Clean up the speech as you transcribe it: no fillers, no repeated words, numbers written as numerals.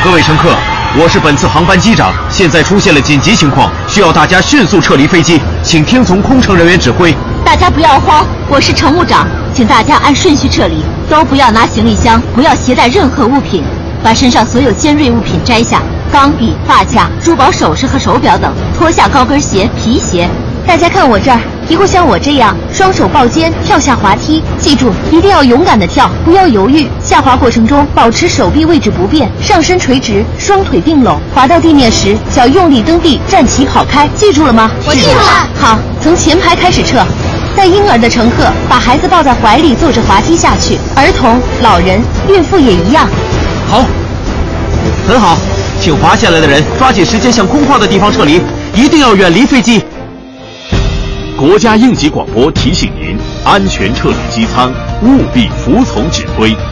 各位乘客，我是本次航班机长，现在出现了紧急情况，需要大家迅速撤离飞机，请听从空乘人员指挥。 大家不要慌，我是乘务长，请大家按顺序撤离，都不要拿行李箱，不要携带任何物品，把身上所有尖锐物品摘下，钢笔、发卡、珠宝首饰和手表等，脱下高跟鞋、皮鞋。大家看我这儿，以后像我这样，双手抱肩跳下滑梯，记住一定要勇敢地跳，不要犹豫。下滑过程中保持手臂位置不变，上身垂直，双腿并拢。滑到地面时，脚用力蹬地，站起跑开，记住了吗？ 我记住了。 好，从前排开始撤。带婴儿的乘客把孩子抱在怀里，坐着滑梯下去。儿童、老人、孕妇也一样。 好，很好，请滑下来的人抓紧时间向空旷的地方撤离，一定要远离飞机。 国家应急广播提醒您：安全撤离机舱，务必服从指挥。